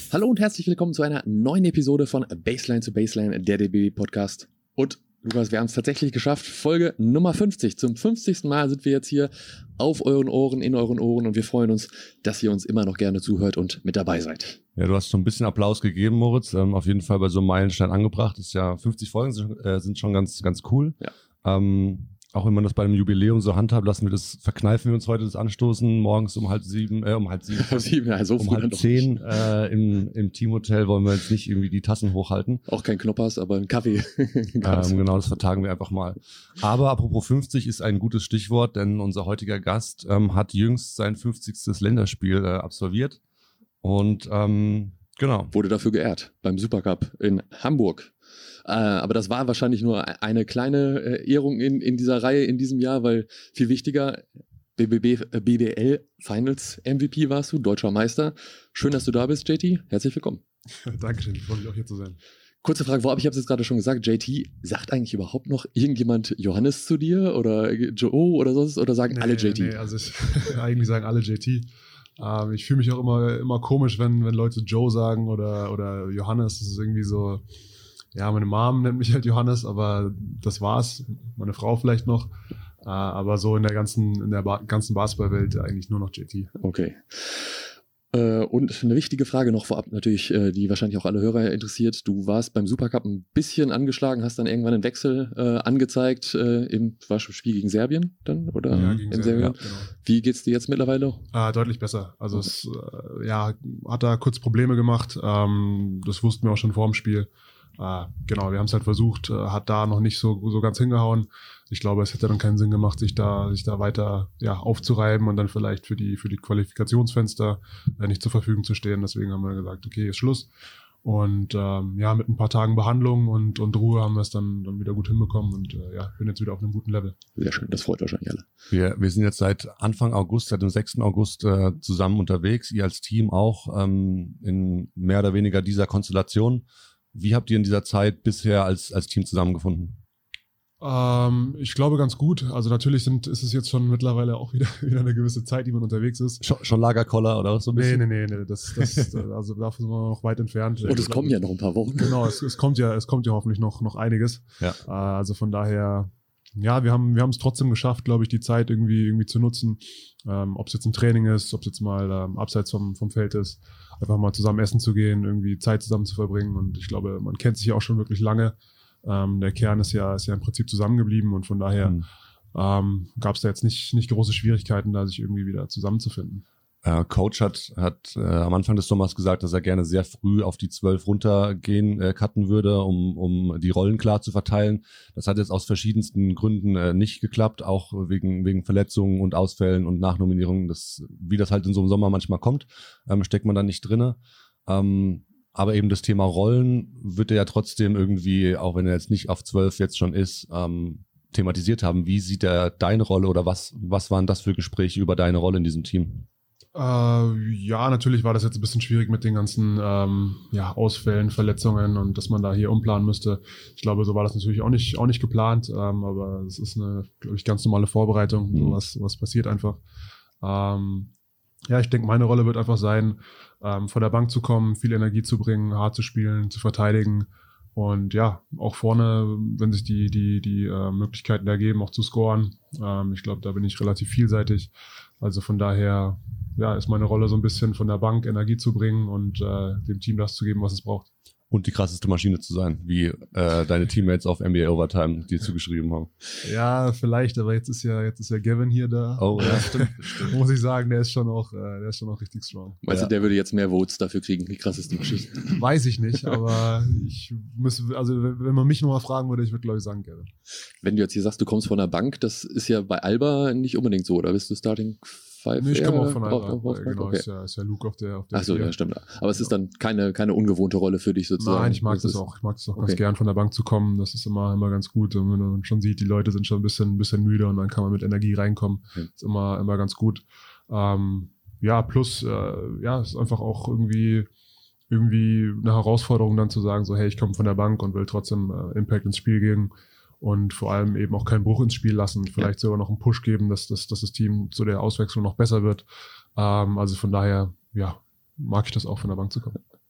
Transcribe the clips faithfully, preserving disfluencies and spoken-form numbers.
Hallo und herzlich willkommen zu einer neuen Episode von Baseline zu Baseline, der D B B-Podcast. Und Lukas, wir haben es tatsächlich geschafft, Folge Nummer fünfzig. Zum fünfzigsten Mal sind wir jetzt hier auf euren Ohren, in euren Ohren und wir freuen uns, dass ihr uns immer noch gerne zuhört und mit dabei seid. Ja, du hast schon ein bisschen Applaus gegeben, Moritz. Ähm, auf jeden Fall bei so einem Meilenstein angebracht. Das ist ja fünfzig Folgen sind, äh, sind schon ganz, ganz cool. Ja. Ähm, auch wenn man das bei einem Jubiläum so handhabt, lassen wir das, verkneifen wir uns heute das Anstoßen, morgens um halb sieben, äh, um halb sieben, sieben ja, so um halb zehn äh, im, im Teamhotel wollen wir jetzt nicht irgendwie die Tassen hochhalten. Auch kein Knoppers, aber ein Kaffee. ähm, genau, das vertagen wir einfach mal. Aber apropos fünfzig ist ein gutes Stichwort, denn unser heutiger Gast ähm, hat jüngst sein fünfzigstes Länderspiel äh, absolviert und ähm, genau. Wurde dafür geehrt beim Supercup in Hamburg. Äh, aber das war wahrscheinlich nur eine kleine äh, Ehrung in, in dieser Reihe in diesem Jahr, weil viel wichtiger, B B B, äh, B B L Finals M V P warst du, deutscher Meister. Schön, dass du da bist, J T. Herzlich willkommen. Dankeschön, ich freue mich auch hier zu sein. Kurze Frage vorab, ich habe es jetzt gerade schon gesagt, J T, sagt eigentlich überhaupt noch irgendjemand Johannes zu dir oder Joe oder sonst, oder sagen nee, alle J T? Nee, also ich, eigentlich sagen alle J T. Ähm, ich fühle mich auch immer, immer komisch, wenn, wenn Leute Joe sagen oder, oder Johannes. Das ist irgendwie so, ja, meine Mom nennt mich halt Johannes, aber das war's. Meine Frau vielleicht noch. Äh, aber so in der ganzen, in der ba- ganzen Basketballwelt eigentlich nur noch J T. Okay. Äh, und eine wichtige Frage noch vorab natürlich, äh, die wahrscheinlich auch alle Hörer interessiert. Du warst beim Supercup ein bisschen angeschlagen, hast dann irgendwann einen Wechsel äh, angezeigt äh, im war Spiel gegen Serbien dann oder ja, gegen in Serbien. Serbien. Ja, genau. Wie geht's dir jetzt mittlerweile? Äh, deutlich besser. Also okay. es äh, ja, hat da kurz Probleme gemacht. Ähm, das wussten wir auch schon vor dem Spiel. Uh, genau, wir haben es halt versucht, uh, hat da noch nicht so so ganz hingehauen. Ich glaube, es hätte dann keinen Sinn gemacht, sich da sich da weiter ja aufzureiben und dann vielleicht für die für die Qualifikationsfenster äh, nicht zur Verfügung zu stehen. Deswegen haben wir gesagt, okay, ist Schluss. Und ähm, ja, mit ein paar Tagen Behandlung und und Ruhe haben wir es dann dann wieder gut hinbekommen und äh, ja, bin jetzt wieder auf einem guten Level. Sehr schön, das freut wahrscheinlich alle. Wir wir sind jetzt seit Anfang August, seit dem sechsten August äh, zusammen unterwegs, ihr als Team auch ähm, in mehr oder weniger dieser Konstellation. Wie habt ihr in dieser Zeit bisher als als Team zusammengefunden? Ähm, ich glaube ganz gut. Also natürlich sind ist es jetzt schon mittlerweile auch wieder wieder eine gewisse Zeit, die man unterwegs ist. Schon, schon Lagerkoller oder was so ein bisschen? Nee, nee, nee, nee. Das, das, also davon sind wir noch weit entfernt. Und es kommen ja noch ein paar Wochen. Genau, es, es kommt ja, es kommt ja hoffentlich noch noch einiges. Ja. Äh, also von daher, ja, wir haben wir haben es trotzdem geschafft, glaube ich, die Zeit irgendwie irgendwie zu nutzen. Ähm, ob es jetzt im Training ist, ob es jetzt mal ähm, abseits vom vom Feld ist, einfach mal zusammen essen zu gehen, irgendwie Zeit zusammen zu verbringen. Und ich glaube, man kennt sich ja auch schon wirklich lange. Ähm, der Kern ist ja ist ja im Prinzip zusammengeblieben und von daher mhm. ähm, gab es da jetzt nicht nicht große Schwierigkeiten, da sich irgendwie wieder zusammenzufinden. Äh, Coach hat hat äh, am Anfang des Sommers gesagt, dass er gerne sehr früh auf die zwölf runtergehen, äh, cutten würde, um um die Rollen klar zu verteilen. Das hat jetzt aus verschiedensten Gründen äh, nicht geklappt, auch wegen wegen Verletzungen und Ausfällen und Nachnominierungen. Das, wie das halt in so einem Sommer manchmal kommt, ähm, steckt man da nicht drinne. Ähm, aber eben das Thema Rollen wird er ja trotzdem irgendwie, auch wenn er jetzt nicht auf zwölf jetzt schon ist, ähm, thematisiert haben. Wie sieht er deine Rolle oder was was waren das für Gespräche über deine Rolle in diesem Team? Äh, ja, natürlich war das jetzt ein bisschen schwierig mit den ganzen ähm, ja, Ausfällen, Verletzungen und dass man da hier umplanen müsste. Ich glaube, so war das natürlich auch nicht auch nicht geplant, ähm, aber es ist eine, glaube ich, ganz normale Vorbereitung. Mhm. So was, was passiert einfach. Ähm, ja, ich denke, meine Rolle wird einfach sein, ähm, vor der Bank zu kommen, viel Energie zu bringen, hart zu spielen, zu verteidigen und ja, auch vorne, wenn sich die die die äh, Möglichkeiten ergeben, auch zu scoren. Ähm, ich glaube, da bin ich relativ vielseitig. Also von daher ja, ist meine Rolle so ein bisschen von der Bank Energie zu bringen und äh, dem Team das zu geben, was es braucht. Und die krasseste Maschine zu sein, wie äh, deine Teammates auf N B A Overtime dir zugeschrieben haben. Ja, vielleicht, aber jetzt ist ja jetzt ist ja Gavin hier da. Oh ja, stimmt, stimmt. Muss ich sagen, der ist schon auch, äh, der ist schon auch richtig strong. Meinst ja. du, der würde jetzt mehr Votes dafür kriegen, die krasseste Maschine? Weiß ich nicht, aber ich müsste, also wenn man mich nochmal fragen würde, ich würde glaube ich sagen Gavin. Wenn du jetzt hier sagst, du kommst von der Bank, das ist ja bei Alba nicht unbedingt so, oder bist du Starting Five? Nee, ich komme auch von Alba. Auf, auf, genau, okay. ist, ja, ist ja Luke auf der auf der Achso, ja, stimmt. Aber es ja. ist dann keine keine ungewohnte Rolle für dich sozusagen. Nein, ich mag das, das auch. Ich mag das auch okay. ganz gern, von der Bank zu kommen. Das ist immer immer ganz gut. Und wenn man schon sieht, die Leute sind schon ein bisschen ein bisschen müde und dann kann man mit Energie reinkommen. Ja. Ist immer immer ganz gut. Ähm, ja, plus äh, ja, ist einfach auch irgendwie irgendwie eine Herausforderung dann zu sagen, so hey, ich komme von der Bank und will trotzdem äh, Impact ins Spiel geben. Und vor allem eben auch keinen Bruch ins Spiel lassen, vielleicht ja. sogar noch einen Push geben, dass, dass, dass das Team zu der Auswechslung noch besser wird. Ähm, also von daher, ja, mag ich das auch, von der Bank zu kommen.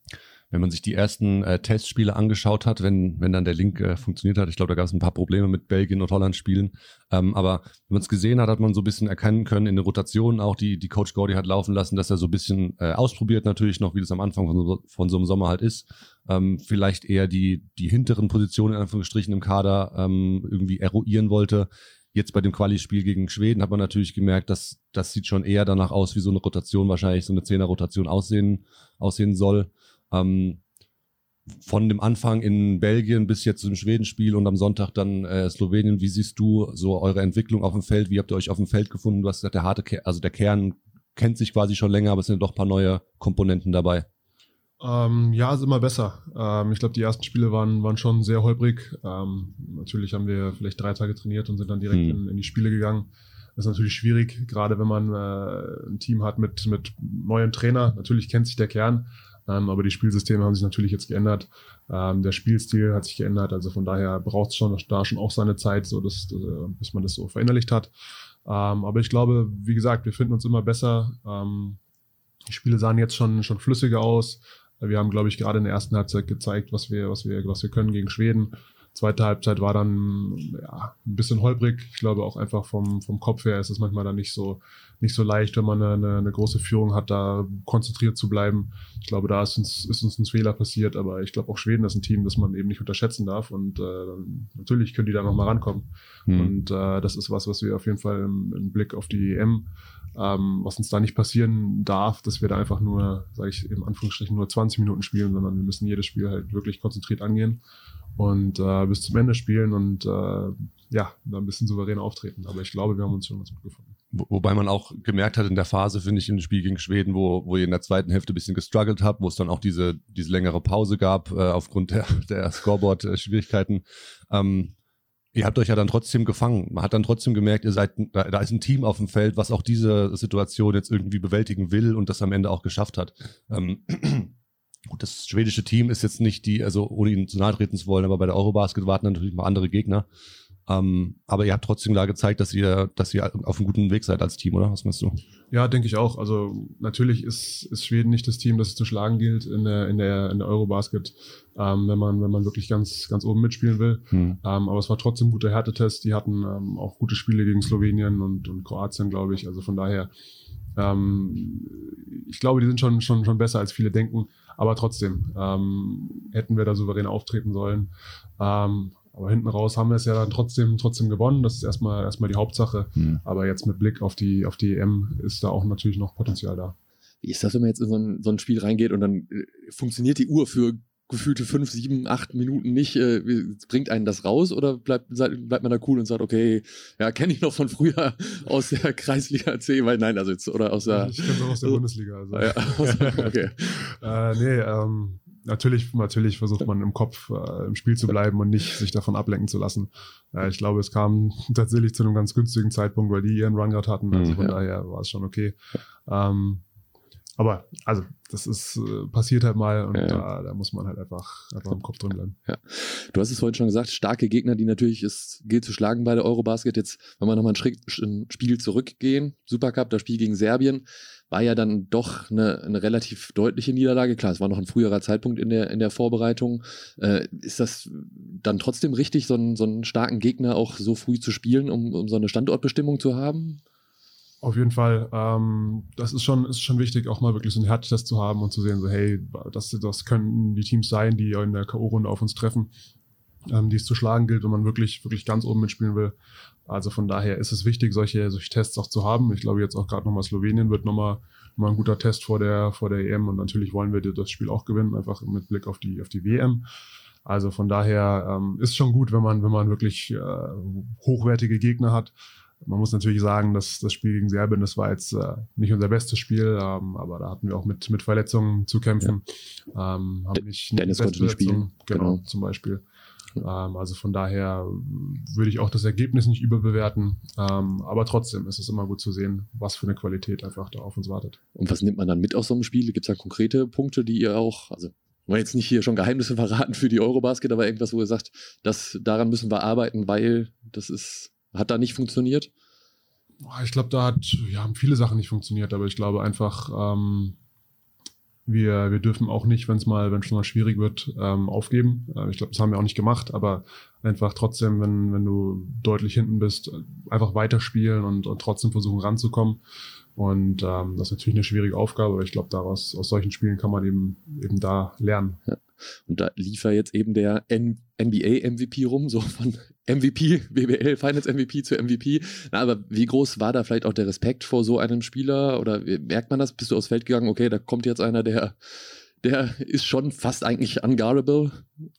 wenn man sich die ersten äh, Testspiele angeschaut hat, wenn wenn dann der Link äh, funktioniert hat, ich glaube, da gab es ein paar Probleme mit Belgien und Holland Spielen, ähm, aber wenn man es gesehen hat, hat man so ein bisschen erkennen können in den Rotationen auch, die die Coach Gordy hat laufen lassen, dass er so ein bisschen äh, ausprobiert natürlich noch, wie das am Anfang von so, von so einem Sommer halt ist, ähm, vielleicht eher die die hinteren Positionen in Anführungsstrichen im Kader ähm, irgendwie eruieren wollte. Jetzt bei dem Quali-Spiel gegen Schweden hat man natürlich gemerkt, dass das sieht schon eher danach aus, wie so eine Rotation, wahrscheinlich so eine Zehner-Rotation aussehen, aussehen soll. Ähm, von dem Anfang in Belgien bis jetzt zum Schwedenspiel und am Sonntag dann äh, Slowenien. Wie siehst du so eure Entwicklung auf dem Feld? Wie habt ihr euch auf dem Feld gefunden? Du hast gesagt, der harte, Ker- also der Kern kennt sich quasi schon länger, aber es sind doch ein paar neue Komponenten dabei. Ähm, ja, ist immer besser. Ähm, ich glaube, die ersten Spiele waren, waren schon sehr holprig. Ähm, natürlich haben wir vielleicht drei Tage trainiert und sind dann direkt hm. in, in die Spiele gegangen. Das ist natürlich schwierig, gerade wenn man äh, ein Team hat mit, mit neuem Trainer. Natürlich kennt sich der Kern, ähm, aber die Spielsysteme haben sich natürlich jetzt geändert. Ähm, der Spielstil hat sich geändert. Also von daher braucht es schon da schon auch seine Zeit, so dass, äh, bis man das so verinnerlicht hat. Ähm, aber ich glaube, wie gesagt, wir finden uns immer besser. Ähm, die Spiele sahen jetzt schon, schon flüssiger aus. Wir haben, glaube ich, gerade in der ersten Halbzeit gezeigt, was wir, was wir, was wir können gegen Schweden. Zweite Halbzeit war dann ja, ein bisschen holprig. Ich glaube auch einfach vom, vom Kopf her ist es manchmal dann nicht so, nicht so leicht, wenn man eine, eine große Führung hat, da konzentriert zu bleiben. Ich glaube, da ist uns, ist uns ein Fehler passiert, aber ich glaube auch Schweden ist ein Team, das man eben nicht unterschätzen darf und äh, natürlich können die da nochmal rankommen. Hm. Und äh, das ist was, was wir auf jeden Fall im, im Blick auf die E M, ähm, was uns da nicht passieren darf, dass wir da einfach nur, sage ich in Anführungsstrichen, nur zwanzig Minuten spielen, sondern wir müssen jedes Spiel halt wirklich konzentriert angehen und äh, bis zum Ende spielen und äh, ja, da ein bisschen souverän auftreten. Aber ich glaube, wir haben uns schon ganz gut gefunden. Wo, wobei man auch gemerkt hat in der Phase, finde ich, im Spiel gegen Schweden, wo, wo ihr in der zweiten Hälfte ein bisschen gestruggelt habt, wo es dann auch diese, diese längere Pause gab, äh, aufgrund der, der Scoreboard-Schwierigkeiten. Ähm, ihr habt euch ja dann trotzdem gefangen. Man hat dann trotzdem gemerkt, ihr seid, da, da ist ein Team auf dem Feld, was auch diese Situation jetzt irgendwie bewältigen will und das am Ende auch geschafft hat. Ähm, Gut, das schwedische Team ist jetzt nicht die, also ohne ihnen zu nahe treten zu wollen, aber bei der Eurobasket warten natürlich mal andere Gegner. Ähm, aber ihr habt trotzdem da gezeigt, dass ihr, dass ihr auf einem guten Weg seid als Team, oder? Was meinst du? Ja, denke ich auch. Also natürlich ist, ist Schweden nicht das Team, das es zu schlagen gilt in der, in der, in der Eurobasket, ähm, wenn man, wenn man wirklich ganz, ganz oben mitspielen will. Hm. Ähm, aber es war trotzdem ein guter Härtetest. Die hatten ähm, auch gute Spiele gegen Slowenien und, und Kroatien, glaube ich. Also von daher, ähm, ich glaube, die sind schon, schon, schon besser, als viele denken. Aber trotzdem ähm, hätten wir da souverän auftreten sollen. Ähm, aber hinten raus haben wir es ja dann trotzdem, trotzdem gewonnen. Das ist erstmal, erstmal die Hauptsache. Mhm. Aber jetzt mit Blick auf die, auf die E M ist da auch natürlich noch Potenzial da. Wie ist das, wenn man jetzt in so ein, so ein Spiel reingeht und dann äh, funktioniert die Uhr für gefühlte fünf, sieben, acht Minuten nicht? Äh, bringt einen das raus oder bleibt, bleibt man da cool und sagt, okay, ja, kenne ich noch von früher aus der Kreisliga C, weil nein, also jetzt, oder aus der... Ich kenne es auch aus der Bundesliga. Also. Ja, okay. äh, nee, ähm, natürlich, natürlich versucht man im Kopf äh, im Spiel zu bleiben und nicht sich davon ablenken zu lassen. Äh, ich glaube, es kam tatsächlich zu einem ganz günstigen Zeitpunkt, weil die ihren Run gerade hatten, also von ja. daher war es schon okay. Ähm, Aber, also, das ist, äh, passiert halt mal und ja. da, da muss man halt einfach, einfach im Kopf drin bleiben. Ja. Du hast es vorhin schon gesagt, starke Gegner, die natürlich es gilt zu schlagen bei der Eurobasket. Jetzt, wenn wir nochmal ein, Schritt, ein Spiel zurückgehen, Supercup, das Spiel gegen Serbien, war ja dann doch eine, eine relativ deutliche Niederlage. Klar, es war noch ein früherer Zeitpunkt in der, in der Vorbereitung. Äh, ist das dann trotzdem richtig, so einen, so einen starken Gegner auch so früh zu spielen, um, um so eine Standortbestimmung zu haben? Auf jeden Fall. Ähm, das ist schon, ist schon wichtig, auch mal wirklich so einen Härtetest zu haben und zu sehen, so hey, das, das können die Teams sein, die in der K O-Runde auf uns treffen, ähm, die es zu schlagen gilt, wenn man wirklich, wirklich ganz oben mitspielen will. Also von daher ist es wichtig, solche, solche Tests auch zu haben. Ich glaube jetzt auch gerade nochmal Slowenien wird nochmal nochmal ein guter Test vor der, vor der E M und natürlich wollen wir das Spiel auch gewinnen, einfach mit Blick auf die, auf die W M. Also von daher ähm, ist schon gut, wenn man, wenn man wirklich äh, hochwertige Gegner hat. Man muss natürlich sagen, dass das Spiel gegen Serbien, das war jetzt äh, nicht unser bestes Spiel, ähm, aber da hatten wir auch mit, mit Verletzungen zu kämpfen. Ja. Ähm, haben nicht Dennis konnte nicht spielen. Genau, genau, zum Beispiel. Ähm, also von daher würde ich auch das Ergebnis nicht überbewerten. Ähm, aber trotzdem ist es immer gut zu sehen, was für eine Qualität einfach da auf uns wartet. Und was nimmt man dann mit aus so einem Spiel? Gibt es da konkrete Punkte, die ihr auch, also wollen jetzt nicht hier schon Geheimnisse verraten für die Eurobasket, aber irgendwas, wo ihr sagt, das, daran müssen wir arbeiten, weil das ist... Hat da nicht funktioniert? Ich glaube, da hat, ja, haben viele Sachen nicht funktioniert, aber ich glaube einfach, ähm, wir, wir dürfen auch nicht, wenn es mal, wenn es schon mal schwierig wird, ähm, aufgeben. Äh, ich glaube, das haben wir auch nicht gemacht, aber einfach trotzdem, wenn, wenn du deutlich hinten bist, einfach weiterspielen und, und trotzdem versuchen ranzukommen. Und ähm, das ist natürlich eine schwierige Aufgabe, aber ich glaube, daraus aus solchen Spielen kann man eben eben da lernen. Ja. Und da lief ja jetzt eben der N B A-M V P rum, so von M V P, B B L Finals M V P zu M V P. Na, aber wie groß war da vielleicht auch der Respekt vor so einem Spieler? Oder merkt man das? Bist du aufs Feld gegangen? Okay, da kommt jetzt einer, der, der ist schon fast eigentlich unguardable.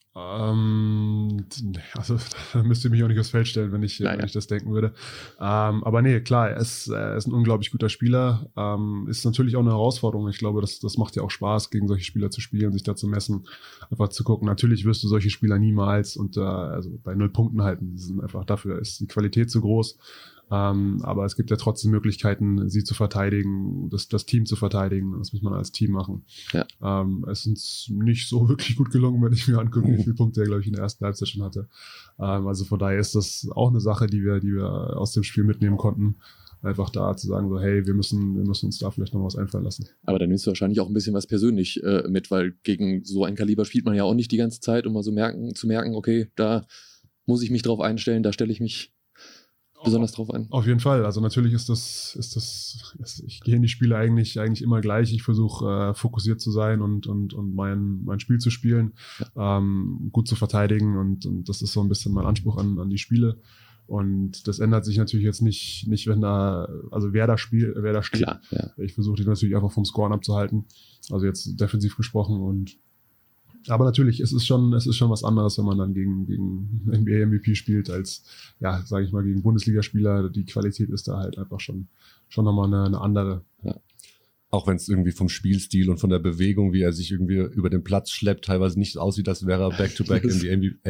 Ähm, also da müsste ich mich auch nicht aufs Feld stellen, wenn ich, naja. wenn ich das denken würde. Ähm, aber nee, klar, er ist, er ist ein unglaublich guter Spieler. Ähm, ist natürlich auch eine Herausforderung. Ich glaube, das, das macht ja auch Spaß, gegen solche Spieler zu spielen, sich da zu messen, einfach zu gucken. Natürlich wirst du solche Spieler niemals unter, also bei null Punkten halten. Die sind einfach, dafür ist die Qualität zu groß. Ähm, aber es gibt ja trotzdem Möglichkeiten, sie zu verteidigen, das, das Team zu verteidigen. Das muss man als Team machen. Ja. Ähm, es ist uns nicht so wirklich gut gelungen, wenn ich mir angucke, wie viele Punkte er, glaube ich, in der ersten Halbzeit schon hatte. Ähm, also von daher ist das auch eine Sache, die wir, die wir aus dem Spiel mitnehmen konnten. Einfach da zu sagen, so, hey, wir müssen, wir müssen uns da vielleicht noch was einfallen lassen. Aber dann nimmst du wahrscheinlich auch ein bisschen was persönlich äh, mit, weil gegen so ein Kaliber spielt man ja auch nicht die ganze Zeit, um mal so merken, zu merken, okay, da muss ich mich drauf einstellen, da stelle ich mich besonders drauf ein. Auf jeden Fall. Also natürlich ist das, ist das, ist, ich gehe in die Spiele eigentlich, eigentlich immer gleich. Ich versuche äh, fokussiert zu sein und, und, und mein, mein Spiel zu spielen, ja. ähm, gut zu verteidigen und, und das ist so ein bisschen mein Anspruch an, an die Spiele. Und das ändert sich natürlich jetzt nicht, nicht wenn da, also wer da spielt, wer da steht. Klar, ja. Ich versuche die natürlich einfach vom Scoren abzuhalten. Also jetzt defensiv gesprochen und aber natürlich, es ist schon, es ist schon was anderes, wenn man dann gegen, gegen N B A M V P spielt, als, ja, sage ich mal, gegen Bundesligaspieler. Die Qualität ist da halt einfach schon, schon nochmal eine, eine andere. Ja. Auch wenn es irgendwie vom Spielstil und von der Bewegung, wie er sich irgendwie über den Platz schleppt, teilweise nicht aussieht, als wäre er Back-to-Back in die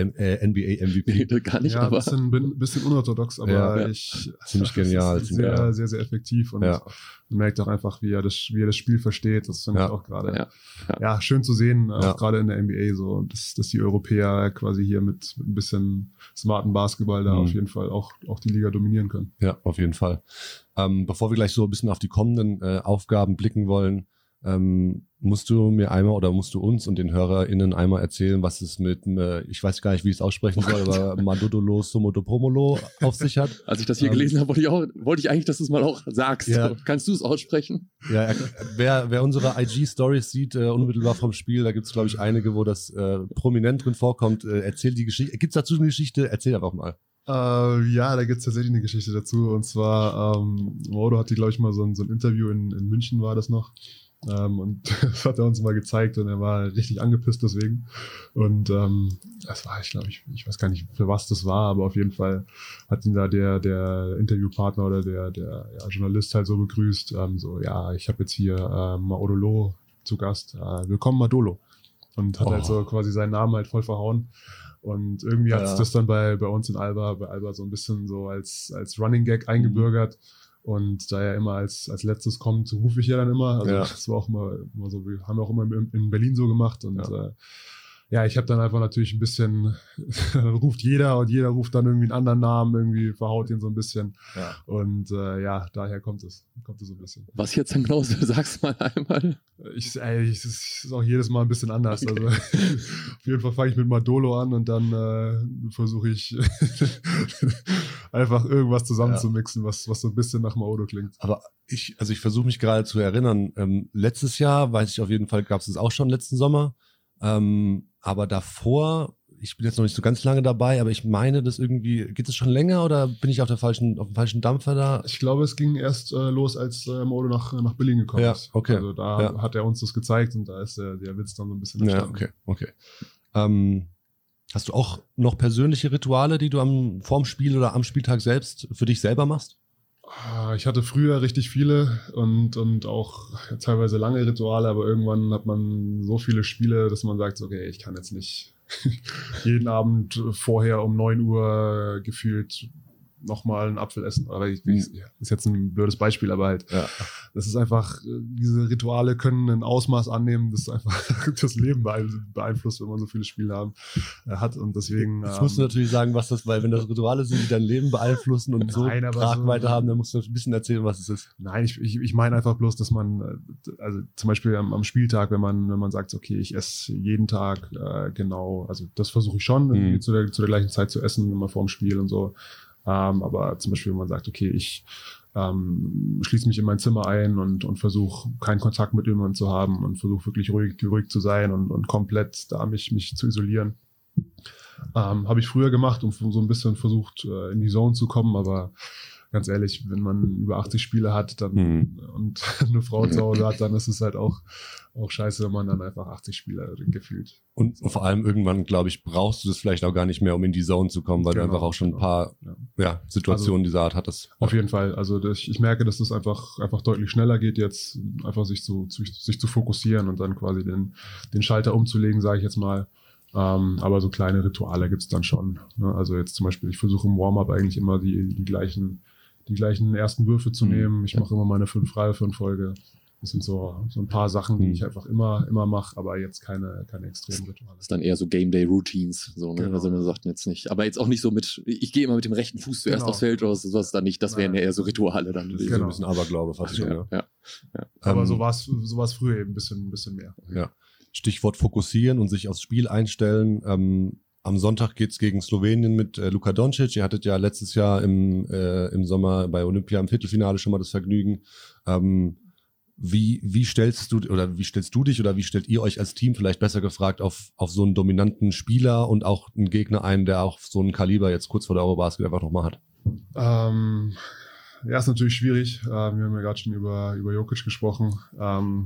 N B A M V P. Nee, gar nicht, ja, aber. Ein bisschen, bisschen unorthodox, aber ja, ich. Ziemlich genial. Sehr, sehr, ja. sehr, sehr effektiv und ja. man merkt auch einfach, wie er das, wie er das Spiel versteht. Das finde ja. ich auch gerade, ja. Ja. ja, schön zu sehen, ja. auch gerade in der N B A so, dass, dass die Europäer quasi hier mit, mit ein bisschen smarten Basketball da mhm. auf jeden Fall auch, auch die Liga dominieren können. Ja, auf jeden Fall. Ähm, bevor wir gleich so ein bisschen auf die kommenden äh, Aufgaben blicken wollen, Ähm, musst du mir einmal oder musst du uns und den HörerInnen einmal erzählen, was es mit, äh, ich weiß gar nicht, wie ich es aussprechen soll, aber Madodolo Somodopomolo auf sich hat? Als ich das hier ähm, gelesen habe, wollte ich, auch, wollte ich eigentlich, dass du es mal auch sagst. Ja. Kannst du es aussprechen? Ja, er, wer, wer unsere I G-Stories sieht, äh, unmittelbar vom Spiel, da gibt es, glaube ich, einige, wo das äh, prominent drin vorkommt. Äh, erzähl die Geschichte. Gibt es dazu eine Geschichte? Erzähl einfach mal. Äh, ja, da gibt es tatsächlich eine Geschichte dazu. Und zwar, ähm, Modo hatte, glaube ich, mal so ein, so ein Interview in, in München, war das noch. Ähm, und das hat er uns mal gezeigt und er war richtig angepisst deswegen. Und ähm, das war, ich glaube, ich, ich weiß gar nicht, für was das war, aber auf jeden Fall hat ihn da der, der Interviewpartner oder der, der ja, Journalist halt so begrüßt. Ähm, so, ja, ich habe jetzt hier äh, Maodolo zu Gast. Äh, willkommen, Madolo. Und hat oh. halt so quasi seinen Namen halt voll verhauen. Und irgendwie hat es ja. das dann bei, bei uns in Alba, bei Alba so ein bisschen so als, als Running Gag eingebürgert. Mhm. Und da er immer als, als letztes kommt, rufe ich ja dann immer. Also ja. das war auch immer, immer so, wir haben auch immer in, in Berlin so gemacht. Und ja, äh, ja ich habe dann einfach natürlich ein bisschen, dann ruft jeder und jeder ruft dann irgendwie einen anderen Namen, irgendwie verhaut ihn so ein bisschen. Ja. Und äh, ja, daher kommt es, kommt es so ein bisschen. Was jetzt dann genau so, sag's mal einmal. Ich, ey, es ist auch jedes Mal ein bisschen anders. Okay. Also auf jeden Fall fange ich mit Madolo an und dann äh, versuche ich einfach irgendwas zusammenzumixen, ja. was, was so ein bisschen nach Maodo klingt. Aber ich, also ich versuche mich gerade zu erinnern, ähm, letztes Jahr, weiß ich auf jeden Fall, gab es es auch schon letzten Sommer, ähm, aber davor, ich bin jetzt noch nicht so ganz lange dabei, aber ich meine, das irgendwie, geht es schon länger oder bin ich auf der falschen, auf dem falschen Dampfer da? Ich glaube, es ging erst äh, los, als äh, Maodo nach, nach Berlin gekommen ja, ist. Okay. Also da ja. hat er uns das gezeigt und da ist der, der Witz dann so ein bisschen entstanden. Ja, okay, okay. Ähm, Hast du auch noch persönliche Rituale, die du am vorm Spiel oder am Spieltag selbst für dich selber machst? Ich hatte früher richtig viele und, und auch teilweise lange Rituale, aber irgendwann hat man so viele Spiele, dass man sagt, okay, ich kann jetzt nicht jeden Abend vorher um neun Uhr gefühlt nochmal einen Apfel essen. Aber ich, ich, ist jetzt ein blödes Beispiel, aber halt, ja. Das ist einfach, diese Rituale können ein Ausmaß annehmen, das einfach das Leben beeinflusst, wenn man so viele Spiele haben, äh, hat. Und deswegen. Jetzt ähm, musst du natürlich sagen, was das, weil wenn das Rituale sind, die dein Leben beeinflussen und so Tragweite so, haben, dann musst du ein bisschen erzählen, was es ist. Nein, ich, ich, ich meine einfach bloß, dass man, also zum Beispiel am, am Spieltag, wenn man, wenn man sagt, okay, ich esse jeden Tag äh, genau, also das versuche ich schon, mhm. zu, der, zu der gleichen Zeit zu essen, immer vorm Spiel und so. Ähm, aber zum Beispiel, wenn man sagt, okay, ich ähm, schließe mich in mein Zimmer ein und, und versuche keinen Kontakt mit jemandem zu haben und versuche wirklich ruhig, ruhig zu sein und, und komplett da mich, mich zu isolieren. Ähm, habe ich früher gemacht und so ein bisschen versucht, äh, in die Zone zu kommen, aber ganz ehrlich, wenn man über achtzig Spiele hat dann mhm. und eine Frau zu Hause hat, dann ist es halt auch, auch scheiße, wenn man dann einfach achtzig Spiele gefühlt. Und so. Vor allem irgendwann, glaube ich, brauchst du das vielleicht auch gar nicht mehr, um in die Zone zu kommen, weil genau, du einfach auch schon genau. ein paar ja. Ja, Situationen also, dieser Art hattest. Auf jeden Fall. Also das, ich merke, dass das einfach, einfach deutlich schneller geht jetzt, einfach sich zu, zu, sich zu fokussieren und dann quasi den, den Schalter umzulegen, sage ich jetzt mal. Ähm, aber so kleine Rituale gibt's dann schon. Ne? Also jetzt zum Beispiel, ich versuche im Warm-up eigentlich immer die, die gleichen die gleichen ersten Würfe zu nehmen. Ich mache immer meine fünf Freiwürfe in Folge. Das sind so, so ein paar Sachen, die ich einfach immer, immer mache, aber jetzt keine, keine extremen Rituale. Das ist dann eher so Game-Day-Routines, so, ne? Genau. Also man sagt jetzt nicht. Aber jetzt auch nicht so mit, ich gehe immer mit dem rechten Fuß zuerst genau. aufs Feld raus, sowas dann nicht. Das wären ja eher so Rituale dann. Das ist genau. so ein bisschen Aberglaube fast schon, ja. ja. ja. Aber ähm, so war es so war's früher eben ein bisschen, ein bisschen mehr. Ja. Stichwort fokussieren und sich aufs Spiel einstellen. Ähm, Am Sonntag geht's gegen Slowenien mit äh, Luka Doncic. Ihr hattet ja letztes Jahr im, äh, im Sommer bei Olympia im Viertelfinale schon mal das Vergnügen. Ähm, wie, wie stellst du oder wie stellst du dich oder wie stellt ihr euch als Team vielleicht besser gefragt auf, auf so einen dominanten Spieler und auch einen Gegner ein, der auch so ein Kaliber jetzt kurz vor der Eurobasket einfach nochmal hat? Ähm, ja, ist natürlich schwierig. Äh, wir haben ja gerade schon über, über Jokic gesprochen. Ähm,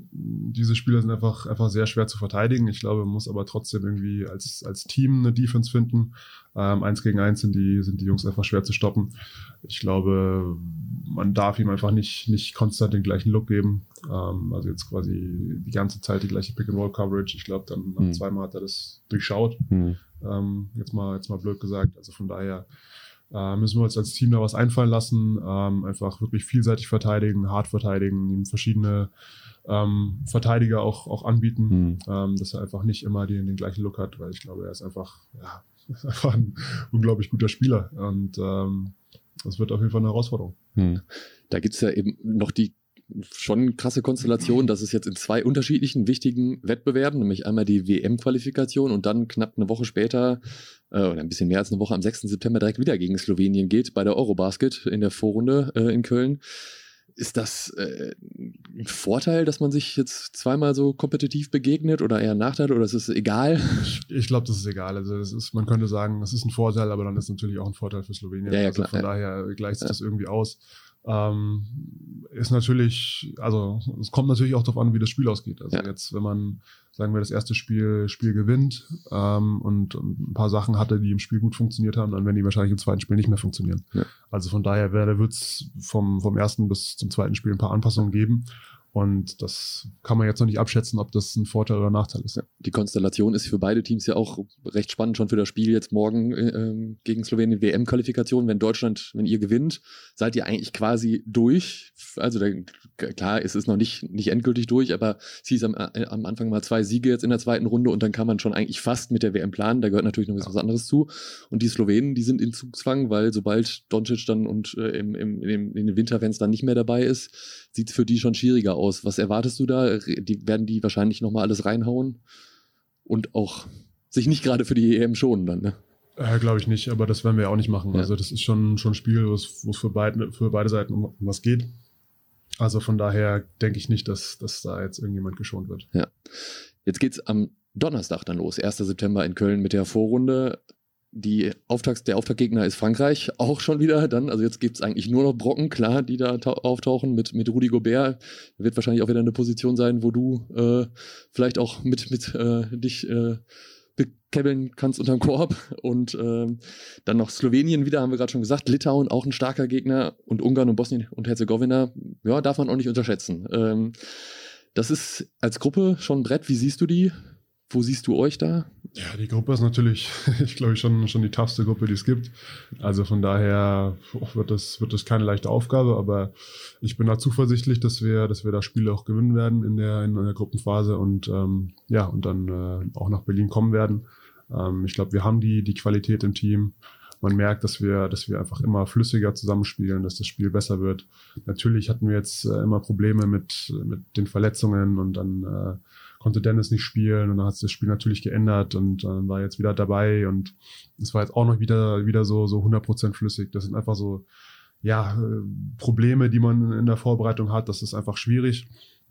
Diese Spieler sind einfach, einfach sehr schwer zu verteidigen. Ich glaube, man muss aber trotzdem irgendwie als, als Team eine Defense finden. Ähm, eins gegen eins sind die, sind die Jungs einfach schwer zu stoppen. Ich glaube, man darf ihm einfach nicht, nicht konstant den gleichen Look geben. Ähm, also jetzt quasi die ganze Zeit die gleiche Pick-and-Roll-Coverage. Ich glaube, dann nach mhm. zweimal hat er das durchschaut. Mhm. Ähm, jetzt mal, jetzt mal blöd gesagt. Also von daher äh, müssen wir uns als Team da was einfallen lassen. Ähm, einfach wirklich vielseitig verteidigen, hart verteidigen, ihm verschiedene Ähm, Verteidiger auch, auch anbieten, mhm. ähm, dass er einfach nicht immer den, den gleichen Look hat, weil ich glaube, er ist einfach, ja, ist einfach ein unglaublich guter Spieler und ähm, das wird auf jeden Fall eine Herausforderung. Mhm. Da gibt's ja eben noch die schon krasse Konstellation, dass es jetzt in zwei unterschiedlichen wichtigen Wettbewerben, nämlich einmal die W M-Qualifikation und dann knapp eine Woche später äh, oder ein bisschen mehr als eine Woche am sechsten September direkt wieder gegen Slowenien geht bei der Eurobasket in der Vorrunde äh, in Köln. Ist das äh, ein Vorteil, dass man sich jetzt zweimal so kompetitiv begegnet oder eher ein Nachteil oder ist es egal? Ich, ich glaube, das ist egal. Also das ist, man könnte sagen, es ist ein Vorteil, aber dann ist es natürlich auch ein Vorteil für Slowenien. Ja, ja, also klar, von ja. daher gleicht sich ja. das irgendwie aus. Ähm, ist natürlich, also es kommt natürlich auch darauf an, wie das Spiel ausgeht. Also ja. jetzt, wenn man, sagen wir, das erste Spiel, Spiel gewinnt ähm, und, und ein paar Sachen hatte, die im Spiel gut funktioniert haben, dann werden die wahrscheinlich im zweiten Spiel nicht mehr funktionieren. Ja. Also von daher wird es vom, vom ersten bis zum zweiten Spiel ein paar Anpassungen geben. Und das kann man jetzt noch nicht abschätzen, ob das ein Vorteil oder ein Nachteil ist. Ja, die Konstellation ist für beide Teams ja auch recht spannend, schon für das Spiel jetzt morgen äh, gegen Slowenien, W M-Qualifikation. Wenn Deutschland, wenn ihr gewinnt, seid ihr eigentlich quasi durch. Also da, klar, es ist noch nicht, nicht endgültig durch, aber es hieß am, äh, am Anfang mal zwei Siege jetzt in der zweiten Runde und dann kann man schon eigentlich fast mit der W M planen. Da gehört natürlich noch ja. was anderes zu. Und die Slowenen, die sind in Zugzwang, weil sobald Doncic dann und äh, im, im, in, dem, in den Winterfenstern nicht mehr dabei ist, sieht es für die schon schwieriger aus. Was erwartest du da? Die, werden die wahrscheinlich nochmal alles reinhauen und auch sich nicht gerade für die E M schonen dann, ne? Äh, Glaube ich nicht, aber das werden wir auch nicht machen. Ja. Also das ist schon, schon ein Spiel, wo es für beide, für beide Seiten um, um was geht. Also von daher denke ich nicht, dass, dass da jetzt irgendjemand geschont wird. Ja. Jetzt geht's am Donnerstag dann los, ersten September in Köln mit der Vorrunde. Die Auftakts, der Auftaktgegner ist Frankreich, auch schon wieder dann, also jetzt gibt es eigentlich nur noch Brocken, klar, die da ta- auftauchen mit, mit Rudy Gobert, wird wahrscheinlich auch wieder eine Position sein, wo du äh, vielleicht auch mit, mit äh, dich äh, bekäbbeln kannst unterm Korb und äh, dann noch Slowenien wieder, haben wir gerade schon gesagt, Litauen auch ein starker Gegner und Ungarn und Bosnien und Herzegowina, ja, darf man auch nicht unterschätzen. Ähm, das ist als Gruppe schon ein Brett, wie siehst du die? Wo siehst du euch da? Ja, die Gruppe ist natürlich, ich glaube, schon, schon die toughste Gruppe, die es gibt. Also von daher wird das, wird das keine leichte Aufgabe, aber ich bin da zuversichtlich, dass wir, dass wir das Spiel auch gewinnen werden in der, in der Gruppenphase und ähm, ja, und dann äh, auch nach Berlin kommen werden. Ähm, ich glaube, wir haben die, die Qualität im Team. Man merkt, dass wir, dass wir einfach immer flüssiger zusammenspielen, dass das Spiel besser wird. Natürlich hatten wir jetzt äh, immer Probleme mit, mit den Verletzungen und dann äh, konnte Dennis nicht spielen und dann hat sich das Spiel natürlich geändert und dann äh, war jetzt wieder dabei und es war jetzt auch noch wieder, wieder so, so hundert Prozent flüssig. Das sind einfach so, ja, äh, Probleme, die man in der Vorbereitung hat. Das ist einfach schwierig.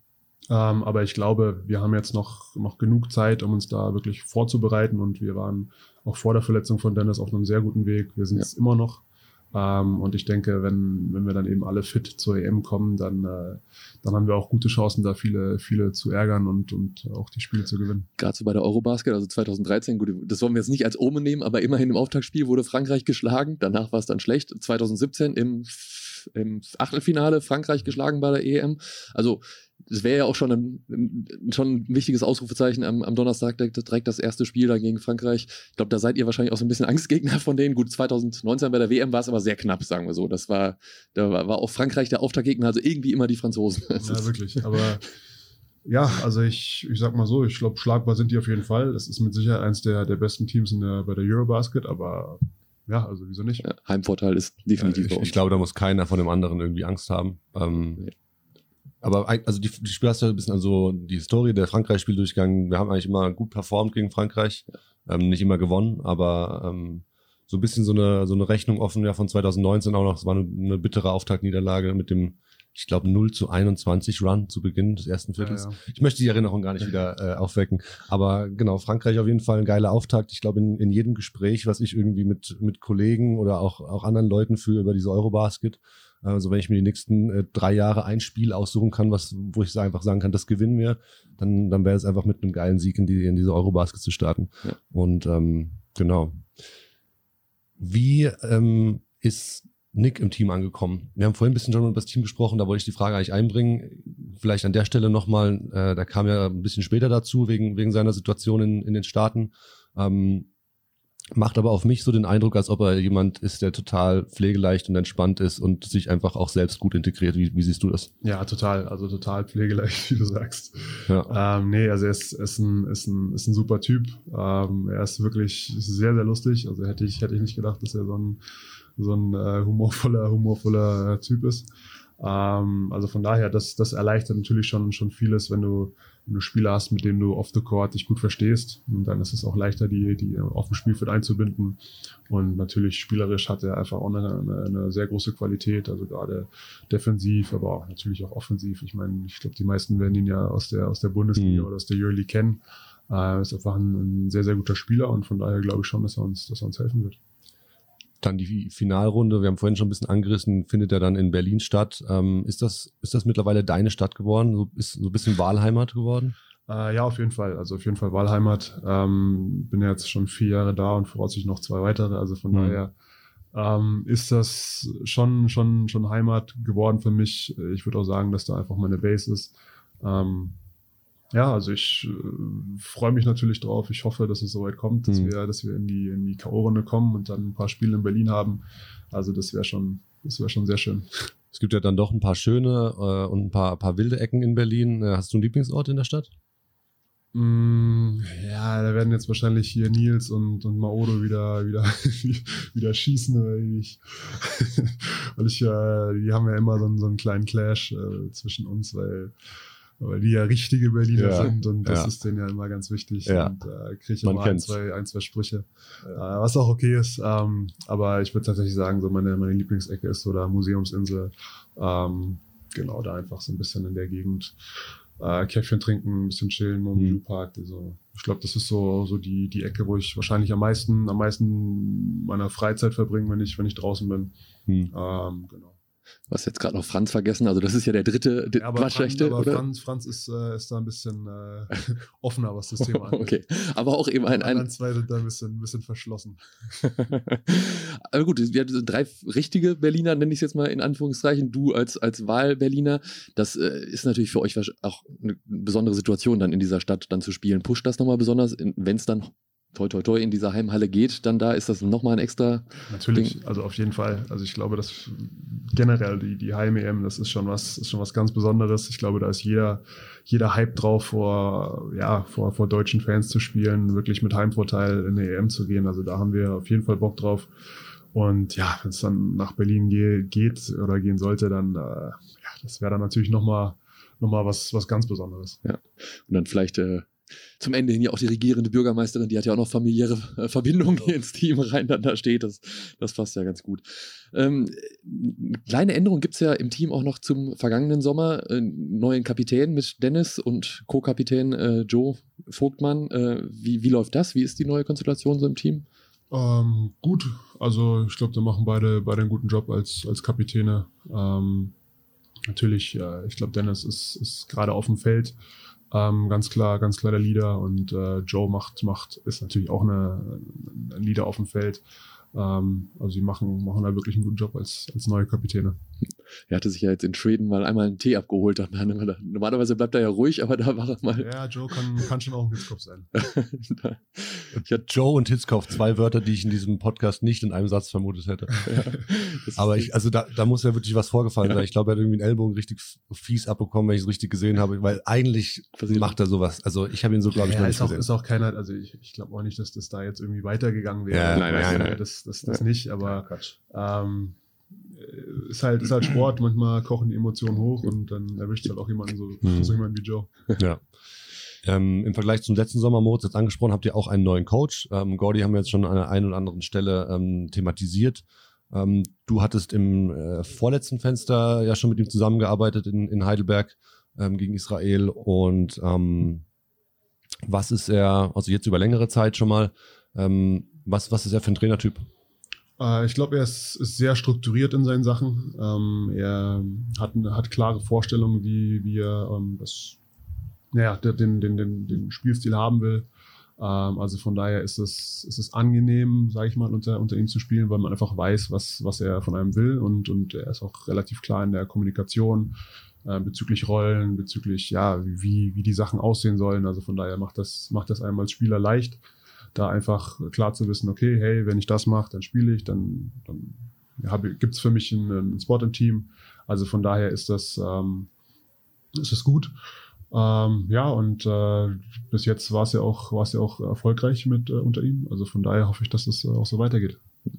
Ähm, aber ich glaube, wir haben jetzt noch, noch genug Zeit, um uns da wirklich vorzubereiten und wir waren auch vor der Verletzung von Dennis auf einem sehr guten Weg. Wir sind es ja. immer noch. Ähm, und ich denke, wenn, wenn wir dann eben alle fit zur E M kommen, dann, äh, dann haben wir auch gute Chancen, da viele, viele zu ärgern und, und auch die Spiele zu gewinnen. Gerade so bei der Eurobasket, also zwanzig dreizehn, gut, das wollen wir jetzt nicht als Omen nehmen, aber immerhin im Auftaktspiel wurde Frankreich geschlagen. Danach war es dann schlecht. zwanzig siebzehn im, im Achtelfinale Frankreich geschlagen bei der E M. Also das wäre ja auch schon ein, schon ein wichtiges Ausrufezeichen am, am Donnerstag, direkt das erste Spiel da gegen Frankreich. Ich glaube, da seid ihr wahrscheinlich auch so ein bisschen Angstgegner von denen. Gut, zwanzig neunzehn bei der W M war es aber sehr knapp, sagen wir so. Das war, da war, war auch Frankreich der Auftaktgegner, also irgendwie immer die Franzosen. Ja, wirklich. Aber ja, also ich, ich sag mal so, ich glaube, schlagbar sind die auf jeden Fall. Das ist mit Sicherheit eins der, der besten Teams in der, bei der Eurobasket, aber ja, also wieso nicht? Ja, Heimvorteil ist definitiv ja, bei ich, uns. Ich glaube, da muss keiner von dem anderen irgendwie Angst haben. Ähm, nee. Aber also die, die Spiel hast ja ein bisschen also die Historie der Frankreich-Spiel durchgegangen. Wir haben eigentlich immer gut performt gegen Frankreich, ja. ähm, nicht immer gewonnen, aber ähm, so ein bisschen so eine so eine Rechnung offen ja von zwanzig neunzehn auch noch. Es war eine, eine bittere Auftaktniederlage mit dem, ich glaube, null zu einundzwanzig Run zu Beginn des ersten Viertels. Ja, ja. Ich möchte die Erinnerung gar nicht wieder äh, aufwecken. Aber genau, Frankreich auf jeden Fall ein geiler Auftakt. Ich glaube, in, in jedem Gespräch, was ich irgendwie mit mit Kollegen oder auch auch anderen Leuten führe über diese Eurobasket, also wenn ich mir die nächsten äh, drei Jahre ein Spiel aussuchen kann, was, wo ich einfach sagen kann, das gewinnen wir, dann, dann wäre es einfach mit einem geilen Sieg in, die, in diese Eurobasket zu starten. Ja. Und ähm, genau. Wie ähm, ist Nick im Team angekommen? Wir haben vorhin ein bisschen schon über das Team gesprochen, da wollte ich die Frage eigentlich einbringen. Vielleicht an der Stelle nochmal, äh, da kam ja ein bisschen später dazu, wegen, wegen seiner Situation in, in den Staaten. Ähm, Macht aber auf mich so den Eindruck, als ob er jemand ist, der total pflegeleicht und entspannt ist und sich einfach auch selbst gut integriert. Wie, wie siehst du das? Ja, total. Also total pflegeleicht, wie du sagst. Ja. Ähm, nee, also er ist, ist, ein, ist, ein, ist ein super Typ. Ähm, er ist wirklich sehr, sehr lustig. Also hätte ich, hätte ich nicht gedacht, dass er so ein, so ein äh, humorvoller, humorvoller Typ ist. Ähm, also von daher, das, das erleichtert natürlich schon, schon vieles, wenn du, wenn du Spieler hast, mit denen du off the court dich gut verstehst. Und dann ist es auch leichter, die, die auf dem Spielfeld einzubinden. Und natürlich spielerisch hat er einfach auch eine, eine, eine sehr große Qualität, also gerade defensiv, aber auch natürlich auch offensiv. Ich meine, ich glaube, die meisten werden ihn ja aus der, aus der Bundesliga mhm. oder aus der Euroleague kennen. Er äh, ist einfach ein, ein sehr, sehr guter Spieler und von daher glaube ich schon, dass er uns, dass er uns helfen wird. Dann die Finalrunde, wir haben vorhin schon ein bisschen angerissen, findet ja dann in Berlin statt. Ähm, ist das, ist das mittlerweile deine Stadt geworden? So, ist so ein bisschen Wahlheimat geworden? Äh, ja, auf jeden Fall. Also auf jeden Fall Wahlheimat. Ähm, bin ja jetzt schon vier Jahre da und voraussichtlich noch zwei weitere. Also von mhm. daher ähm, ist das schon, schon, schon Heimat geworden für mich. Ich würde auch sagen, dass da einfach meine Base ist. Ähm, Ja, also ich äh, freue mich natürlich drauf. Ich hoffe, dass es soweit kommt, dass mhm. wir, dass wir in die, in die K O-Runde kommen und dann ein paar Spiele in Berlin haben. Also das wäre schon, das wäre schon sehr schön. Es gibt ja dann doch ein paar schöne äh, und ein paar, paar wilde Ecken in Berlin. Hast du einen Lieblingsort in der Stadt? Mm, ja, da werden jetzt wahrscheinlich hier Nils und, und Maodo wieder, wieder, wieder schießen, weil ich, weil ich, äh, die haben ja immer so einen, so einen kleinen Clash äh, zwischen uns, weil weil die ja richtige Berliner ja, sind und das ja. ist denen ja immer ganz wichtig ja. und äh, kriege ich immer ein zwei, ein, zwei Sprüche, äh, was auch okay ist, ähm, aber ich würde tatsächlich sagen, so meine, meine Lieblingsecke ist so da Museumsinsel, ähm, genau, da einfach so ein bisschen in der Gegend äh, Käffchen trinken, ein bisschen chillen, Montbello Park, also ich glaube, das ist so, so die, die Ecke, wo ich wahrscheinlich am meisten, am meisten meiner Freizeit verbringe, wenn ich, wenn ich draußen bin, hm. ähm, genau. Du hast jetzt gerade noch Franz vergessen, also das ist ja der dritte ja, aber Waschrechte, Franz, aber oder? Franz, Franz ist, äh, ist da ein bisschen äh, offener, was das Thema angeht. Okay, aber auch eben ein... Die ein anderen zwei sind da ein bisschen, ein bisschen verschlossen. Aber gut, wir hatten drei richtige Berliner, nenne ich es jetzt mal in Anführungszeichen, du als, als Wahl-Berliner. Das äh, ist natürlich für euch auch eine besondere Situation, dann in dieser Stadt dann zu spielen. Pusht das nochmal besonders, wenn es dann toi toi toi in dieser Heimhalle geht, dann da ist das nochmal ein extra Natürlich, Ding. also auf jeden Fall. Also ich glaube, dass generell die, die Heim-E M, das ist schon was, ist schon was ganz Besonderes. Ich glaube, da ist jeder, jeder Hype drauf, vor, ja, vor, vor deutschen Fans zu spielen, wirklich mit Heimvorteil in die E M zu gehen. Also da haben wir auf jeden Fall Bock drauf. Und ja, wenn es dann nach Berlin ge- geht oder gehen sollte, dann, äh, ja, das wäre dann natürlich nochmal, noch mal was, was ganz Besonderes. Ja. Und dann vielleicht äh, zum Ende hin ja auch die regierende Bürgermeisterin, die hat ja auch noch familiäre äh, Verbindungen hier ins Team rein, dann da steht. Das, das passt ja ganz gut. Ähm, eine kleine Änderung gibt es ja im Team auch noch zum vergangenen Sommer. Äh, neuen Kapitän mit Dennis und Co-Kapitän äh, Joe Vogtmann. Äh, wie, wie läuft das? Wie ist die neue Konstellation so im Team? Ähm, gut, also ich glaube, da machen beide, beide einen guten Job als, als Kapitäne. Ähm, natürlich, äh, ich glaube, Dennis ist, ist gerade auf dem Feld. Ähm, ganz klar, ganz klar der Leader und äh, Joe macht, macht, ist natürlich auch eine, ein Leader auf dem Feld. Ähm, also sie machen, machen da wirklich einen guten Job als, als neue Kapitäne. Er hatte sich ja jetzt in Schweden mal einmal einen Tee abgeholt. Normalerweise bleibt er ja ruhig, aber da war er mal. Ja, Joe kann, kann schon auch ein Hitzkopf sein. Joe und Hitzkopf, zwei Wörter, die ich in diesem Podcast nicht in einem Satz vermutet hätte. Ja, aber ich, also da, da muss ja wirklich was vorgefallen ja. sein. Ich glaube, er hat irgendwie einen Ellbogen richtig fies abbekommen, wenn ich es richtig gesehen habe, weil eigentlich Versiert. macht er sowas. Also ich habe ihn so, glaube ich, ja, noch nicht ist auch, gesehen. Ist auch keiner, also ich, ich glaube auch nicht, dass das da jetzt irgendwie weitergegangen wäre. Ja, nein, nein, nein. Das, das, das nicht, aber ja, ähm, ist halt, ist halt Sport, manchmal kochen die Emotionen hoch und dann erwischt halt auch jemanden so, hm. so jemanden wie Joe. Ja. Ähm, Im Vergleich zum letzten Sommer, Moritz jetzt angesprochen, habt ihr auch einen neuen Coach. Ähm, Gordy haben wir jetzt schon an der einen oder anderen Stelle ähm, thematisiert. Ähm, du hattest im äh, vorletzten Fenster ja schon mit ihm zusammengearbeitet in, in Heidelberg ähm, gegen Israel. Und ähm, was ist er, also jetzt über längere Zeit schon mal, ähm, was, was ist er für ein Trainertyp? Äh, ich glaube, er ist, ist sehr strukturiert in seinen Sachen. Ähm, er hat, hat klare Vorstellungen, wie, wie er ähm, das, naja, den, den, den, den Spielstil haben will. Ähm, also von daher ist es, ist es angenehm, sage ich mal, unter, unter ihm zu spielen, weil man einfach weiß, was, was er von einem will. Und, und er ist auch relativ klar in der Kommunikation äh, bezüglich Rollen, bezüglich, ja, wie, wie die Sachen aussehen sollen. Also von daher macht das, macht das einem als Spieler leicht, da einfach klar zu wissen, okay, hey, wenn ich das mache, dann spiele ich, dann, dann ja, gibt es für mich einen, einen Spot im Team. Also von daher ist das, ähm, ist das gut. Ähm, ja, und äh, bis jetzt war es ja auch, war es ja auch erfolgreich mit äh, unter ihm. Also von daher hoffe ich, dass es äh, auch so weitergeht.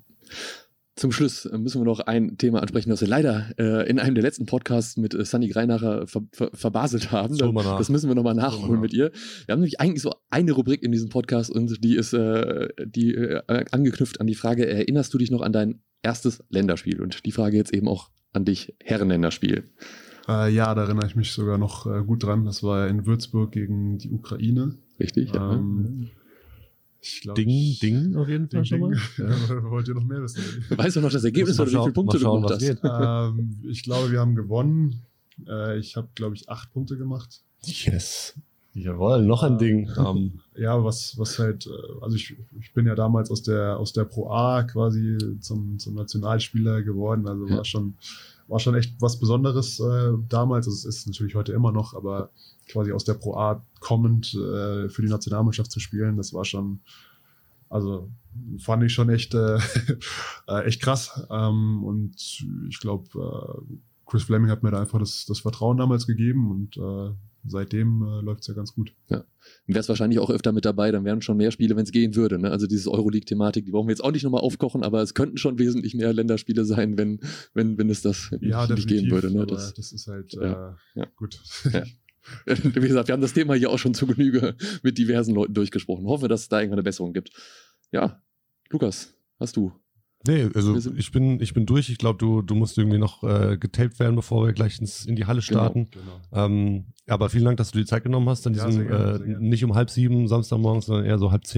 Zum Schluss müssen wir noch ein Thema ansprechen, das wir leider äh, in einem der letzten Podcasts mit äh, Sunny Greinacher ver ver verbaselt haben. Das, das müssen wir nochmal nachholen mit ihr. Wir haben nämlich eigentlich so eine Rubrik in diesem Podcast und die ist äh, die äh, angeknüpft an die Frage, erinnerst du dich noch an dein erstes Länderspiel? Und die Frage jetzt eben auch an dich, Herrenländerspiel. Äh, ja, da erinnere ich mich sogar noch äh, gut dran. Das war in Würzburg gegen die Ukraine. Richtig, ja. Ähm, Ich glaub, Ding, ich, Ding auf jeden Fall Ding, schon mal. Ja, wollt ihr noch mehr wissen? Weißt du noch das Ergebnis oder wie viele Punkte schauen, du gemacht hast? Ähm, ich glaube, wir haben gewonnen. Äh, ich habe, glaube ich, acht Punkte gemacht. Yes. Jawohl, noch ein ähm, Ding. Um. Ja, was, was halt, also ich, ich bin ja damals aus der, aus der Pro A quasi zum, zum Nationalspieler geworden. Also war schon, war schon echt was Besonderes äh, damals. Also es ist natürlich heute immer noch, aber quasi aus der Pro A kommend äh, für die Nationalmannschaft zu spielen, das war schon, also fand ich schon echt, äh, echt krass. Ähm, und ich glaube, äh, Chris Fleming hat mir da einfach das, das Vertrauen damals gegeben und äh, seitdem äh, läuft es ja ganz gut. Ja. Wäre es wahrscheinlich auch öfter mit dabei, dann wären schon mehr Spiele, wenn es gehen würde. Ne? Also dieses Euroleague-Thematik, die brauchen wir jetzt auch nicht nochmal aufkochen, aber es könnten schon wesentlich mehr Länderspiele sein, wenn, wenn, wenn es das ja, nicht geben würde. Ne? Das, das ist halt ja, äh, ja. gut. Ja. Wie gesagt, wir haben das Thema hier auch schon zu Genüge mit diversen Leuten durchgesprochen. Hoffen wir, dass es da irgendwann eine Besserung gibt. Ja, Lukas, hast du? Nee, also ich bin, ich bin durch. Ich glaube, du, du musst irgendwie noch äh, getaped werden, bevor wir gleich ins, in die Halle starten. Genau, genau. Ähm, aber vielen Dank, dass du die Zeit genommen hast. An ja, diesem, sehr gerne, sehr äh, nicht um halb sieben Samstagmorgens, sondern eher so halb zehn.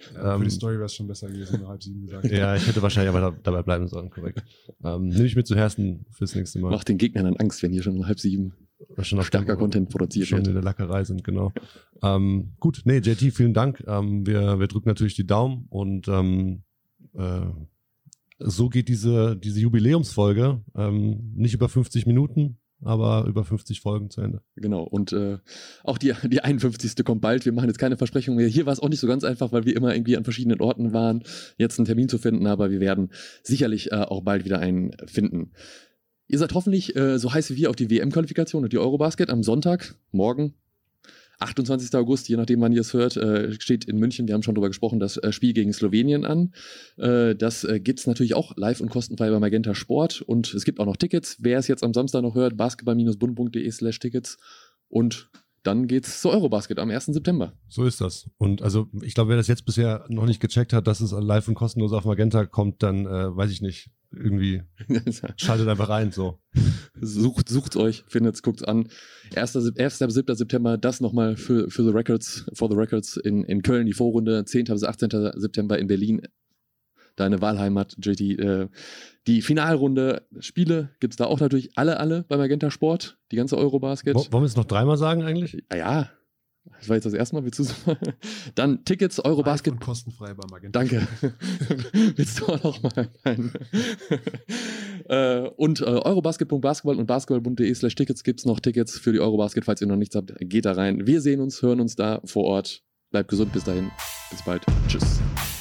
Ja, für die Story wäre es schon besser gewesen, nur halb sieben gesagt. Ja, ich hätte wahrscheinlich aber da, dabei bleiben sollen, korrekt. Ähm, Nehme ich mit zu Herzen fürs nächste Mal. Macht den Gegnern dann Angst, wenn hier schon um halb sieben schon auf starker Content produziert schon wird. in der Lackerei sind, genau. ähm, gut, nee, J T, vielen Dank. Ähm, wir, wir drücken natürlich die Daumen und ähm, äh, so geht diese, diese Jubiläumsfolge ähm, nicht über fünfzig Minuten, aber über fünfzig Folgen zu Ende. Genau, und äh, auch die, die einundfünfzigste kommt bald. Wir machen jetzt keine Versprechungen mehr. Hier war es auch nicht so ganz einfach, weil wir immer irgendwie an verschiedenen Orten waren, jetzt einen Termin zu finden, aber wir werden sicherlich äh, auch bald wieder einen finden. Ihr seid hoffentlich äh, so heiß wie wir auf die W M-Qualifikation und die Eurobasket am Sonntag, morgen, achtundzwanzigsten August, je nachdem, wann ihr es hört, äh, steht in München, wir haben schon drüber gesprochen, das äh, Spiel gegen Slowenien an. Äh, das äh, gibt es natürlich auch live und kostenfrei bei Magenta Sport und es gibt auch noch Tickets. Wer es jetzt am Samstag noch hört, basketball-bund.de slash Tickets und dann geht's zur Eurobasket am ersten September. So ist das. Und also ich glaube, wer das jetzt bisher noch nicht gecheckt hat, dass es live und kostenlos auf Magenta kommt, dann äh, weiß ich nicht, irgendwie schaltet einfach rein, so. Sucht, sucht's euch, findet's, guckt's an. erster bis siebter September, das nochmal für, für the Records, for the Records in, in Köln, die Vorrunde, zehnten bis achtzehnten September in Berlin, deine Wahlheimat, J T. Äh, die Finalrunde, Spiele gibt's da auch natürlich alle, alle bei Magenta Sport, die ganze Eurobasket. Wollen wir es noch dreimal sagen eigentlich? Ja, ja. Das war jetzt das erste Mal, willst du so? Dann Tickets, Eurobasket. Und kostenfrei bei Magenta. Danke. Willst du auch noch mal? Nein. äh, und äh, Eurobasket.basketball und basketball.de slash Tickets gibt's noch Tickets für die Eurobasket. Falls ihr noch nichts habt, geht da rein. Wir sehen uns, hören uns da vor Ort. Bleibt gesund bis dahin. Bis bald. Tschüss.